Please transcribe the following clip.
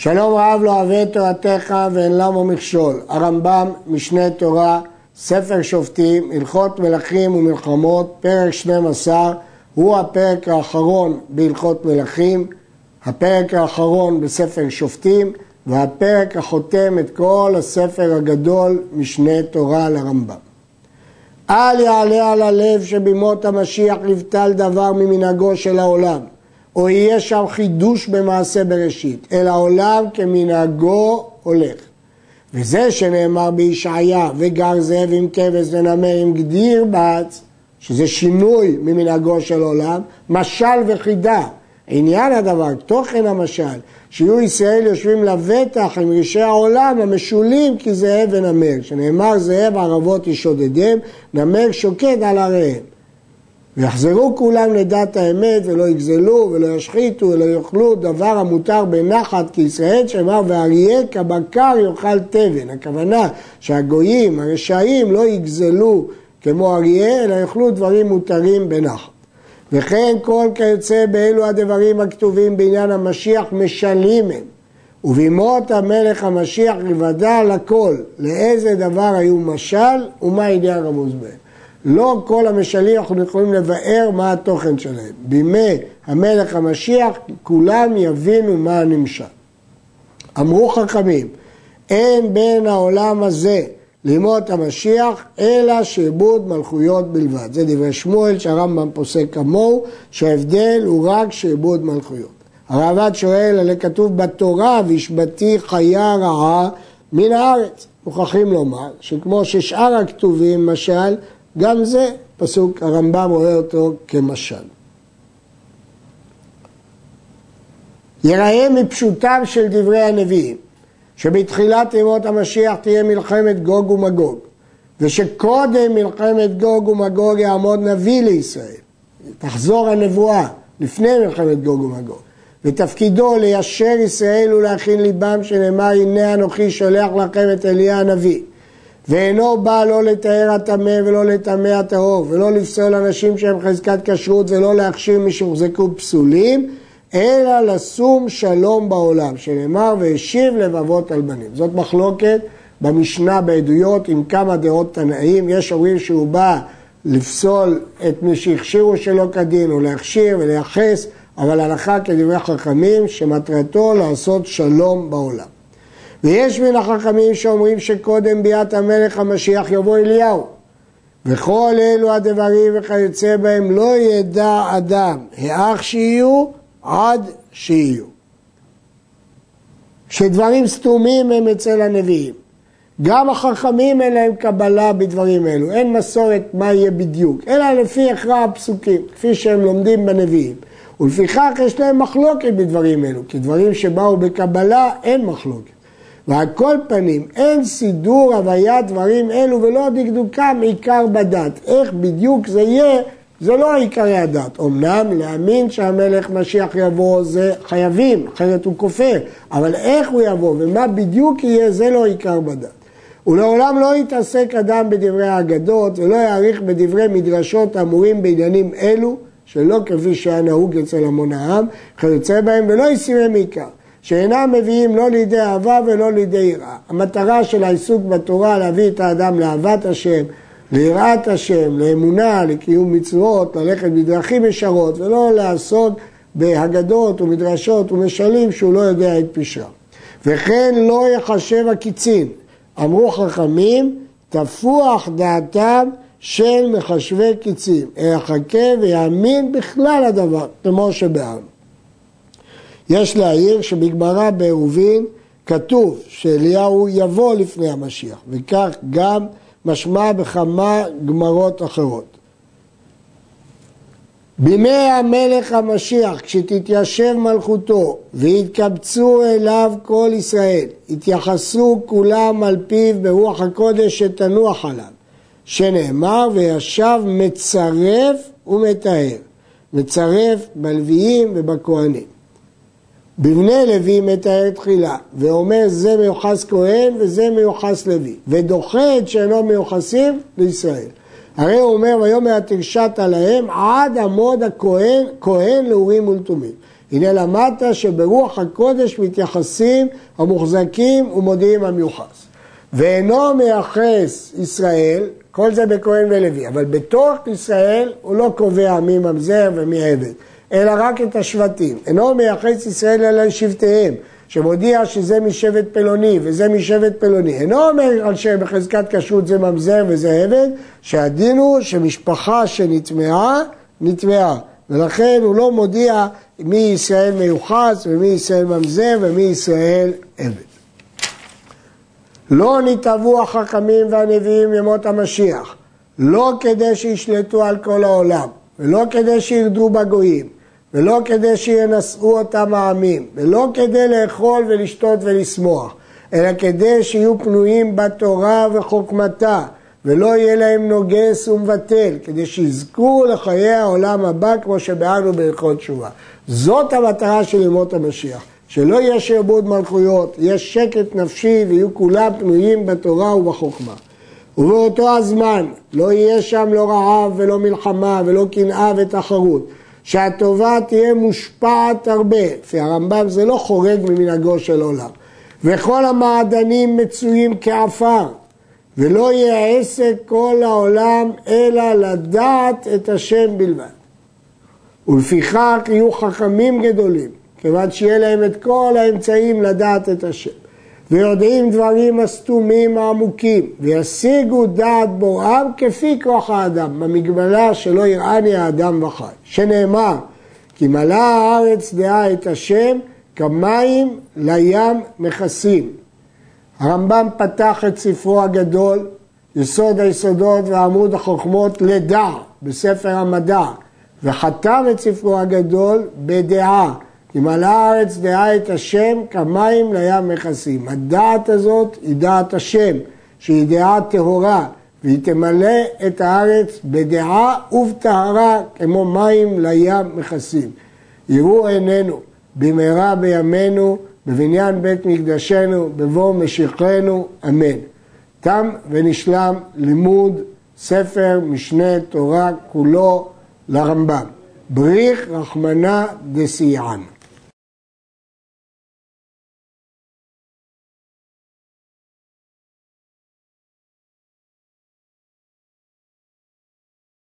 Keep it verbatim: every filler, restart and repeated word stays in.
שלום רב לא אוהב את תורתך ואין למו מכשול. הרמב"ם, משנה תורה, ספר שופטים, הלכות מלכים ומלחמות, פרק שנים עשר, הוא הפרק האחרון בהלכות מלכים, הפרק האחרון בספר שופטים, והפרק החותם את כל הספר הגדול משנה תורה לרמב"ם. אל יעלה על הלב שבימות המשיח לבטל דבר ממנהגו של העולם, או יהיה שם חידוש במעשה בראשית, אלא העולם כמנהגו הולך. וזה שנאמר בישעיה, וגר זאב עם כבש ונמר עם גדיר בץ, שזה שינוי ממנהגו של עולם, משל וחידה. עניין הדבר, תוכן המשל, שיהיו ישראל יושבים לבטח עם ראשי העולם המשולים כזאב ונמר, שנאמר זאב ערבות ישודדם, נמר שוקד על עריהם. ויחזרו כולם לדעת האמת ולא יגזלו ולא ישחיתו ולא יאכלו דבר המותר בנחת כישראל, שאמר ואריה כבקר יאכל תבן. הכוונה שהגויים, הרשעים לא יגזלו כמו אריה, אלא יאכלו דברים מותרים בנחת. וכן כל כיוצא באלו הדברים הכתובים בעניין המשיח משלים הם. ובימות המלך המשיח יוודע על הכל, לאיזה דבר היו משל ומה עניין רמוז בהם. לא כל המשלים אנחנו יכולים לבאר מה התוכן שלהם. בימי המלך המשיח כולם יבינו מה הנמשל. אמרו חכמים, אין בין העולם הזה לימות המשיח אלא שעבוד מלכויות בלבד. זה דברי שמואל שהרמב"ם פוסק כמוהו, שההבדל הוא רק שעבוד מלכויות. הרעב"ד שואל, הרי כתוב בתורה והשבתי חיה רעה מן הארץ. מוכרחים לומר שכמו ששאר הכתובים משל, גם זה פסוק הרמב"ם רואה אותו כמשל. יראה מפשוטם של דברי הנביאים, שבתחילת ימות המשיח תהיה מלחמת גוג ומגוג, ושקודם מלחמת גוג ומגוג יעמוד נביא לישראל. תחזור הנבואה לפני מלחמת גוג ומגוג. ותפקידו ליישר ישראל ולהכין ליבם, שנאמר הנה אנוכי שולח לכם את אליה הנביא. ואינו בא לא לתאר הטמא ולא לטמא הטהור, ולא לפסול אנשים שהם חזקת כשרות, ולא להכשיר מי שהוחזקו פסולים, אלא לשום שלום בעולם, שנאמר והשיב לבבות על בנים. זאת מחלוקת במשנה בעדויות עם כמה דעות תנאים. יש אומרים שהוא בא לפסול את מי שהכשירו שלא כדין, או להכשיר ולייחס, אבל הלכה כדברי חכמים שמטרתו לעשות שלום בעולם. ויש מן החכמים שאומרים שקודם ביאת המלך המשיח יבוא אליהו. וכל אלו הדברים וכיוצא בהם לא ידע אדם, האח שיהיו עד שיהיו. שדברים סתומים הם אצל הנביאים. גם החכמים אין להם קבלה בדברים אלו. אין מסורת מה יהיה בדיוק, אלא לפי הכרע הפסוקים, כפי שהם לומדים בנביאים. ולפיכך יש להם מחלוקת בדברים אלו, כי דברים שבאו בקבלה אין מחלוקת. ועל כל פנים אין סידור הוויית דברים אלו ולא דקדוקם עיקר בדת. איך בדיוק זה יהיה, זה לא עיקרי הדת. אמנם להאמין שהמלך משיח יבוא זה חייבים, אחרת הוא כופר. אבל איך הוא יבוא ומה בדיוק יהיה זה לא עיקר בדת. ולעולם לא יתעסק אדם בדברי האגדות ולא יעריך בדברי מדרשות האמורים בעניינים אלו, שלא כפי שהיה נהוג אצל המון העם, כיוצא בהם ולא יסירם עיקר. שאינם מביאים לא לידי אהבה ולא לידי יראה. המטרה של העיסוק בתורה להביא את האדם לאהבת השם, ליראת השם, לאמונה, לקיום מצוות, ללכת בדרכים ישרות, ולא לעסוק בהגדות ומדרשות ומשלים שהוא לא יודע את פשרה. וכן לא יחשב הקיצין. אמרו חכמים, תפוח דעתם של מחשבי קיצים. יחכה ויאמין בכלל הדבר, כמו שבעם. יש להעיר שבגמרא בעירובין כתוב שאליהו יבוא לפני המשיח, וכך גם משמע בכמה גמרות אחרות. בימי המלך המשיח, כשתתיישב מלכותו והתקבצו אליו כל ישראל, התייחסו כולם על פיו ברוח הקודש שתנוח עליו, שנאמר וישב מצרף ומטהר, מצרף בלוויים ובכהנים. בבני לוי מטהר תחילה, ואומר זה מיוחס כהן וזה מיוחס לוי, ודוחה את שאינו מיוחסים לישראל. הרי הוא אומר, ויאמר תרשת עליהם עד עמוד הכהן, כהן לאורים ולתומים. הנה למדת שברוח הקודש מתייחסים המוחזקים ומודיעים המיוחס. ואינו מייחס ישראל, כל זה בכהן ולוי, אבל בתוך ישראל הוא לא קובע מי ממזר ומי עבד, אלא רק את השבטים. אינו מייחס ישראל אלא לשבטיהם, שמודיע שזה משבט פלוני וזה משבט פלוני. אינו אומר על שבחזקת כשרות זה ממזר וזה עבד, שהדין הוא שמשפחה שנטמעה, נטמעה. ולכן הוא לא מודיע מי ישראל מיוחס ומי ישראל ממזר ומי ישראל עבד. לא נתעבו החכמים והנביאים ימות המשיח, לא כדי שישלטו על כל העולם, ולא כדי שירדו בגויים, ולא כדי שינשאו אותם העמים, ולא כדי לאכול ולשתות ולשמוח, אלא כדי שיהיו פנויים בתורה וחוכמתה, ולא יהיה להם נוגס ומבטל, כדי שיזכו לחיי העולם הבא כמו שבאנו בהלכות תשובה. זאת המטרה של ימות המשיח. שלא יהיה שעבוד מלכויות, יש שקט נפשי ויהיו כולם פנויים בתורה ובחוכמה. ובאותו הזמן לא יהיה שם לא רעב ולא מלחמה ולא קנאה ותחרות, שהטובה תהיה מושפעת הרבה, לפי הרמב"ם זה לא חורג ממנהגו של עולם, וכל המעדנים מצויים כעפר, ולא יהיה עסק כל העולם אלא לדעת את השם בלבד. ולפיכך יהיו חכמים גדולים, כיוון שיהיה להם את כל האמצעים לדעת את השם, ויודעים דברים הסתומים העמוקים, וישיגו דעת בוראם כפי כוח האדם, במגבלה שלא יראני האדם וחי. שנאמר, כי מלאה הארץ דעה את השם, כמים לים מכסים. הרמב"ם פתח את ספרו הגדול, יסוד היסודות ועמוד החוכמות לדע, בספר המדע, וחתם את ספרו הגדול בדעה, כי מלאה הארץ דעה את השם, כמים לים מכסים. הדעת הזאת היא דעת השם, שהיא דעה טהורה, והיא תמלא את הארץ בדעה ובטהרה, כמו מים לים מכסים. יראו עינינו במהרה בימינו, בבניין בית מקדשנו, בבוא משיחנו, אמן. תם ונשלם לימוד ספר משנה תורה כולו לרמב"ם. בריך רחמנא דסייען.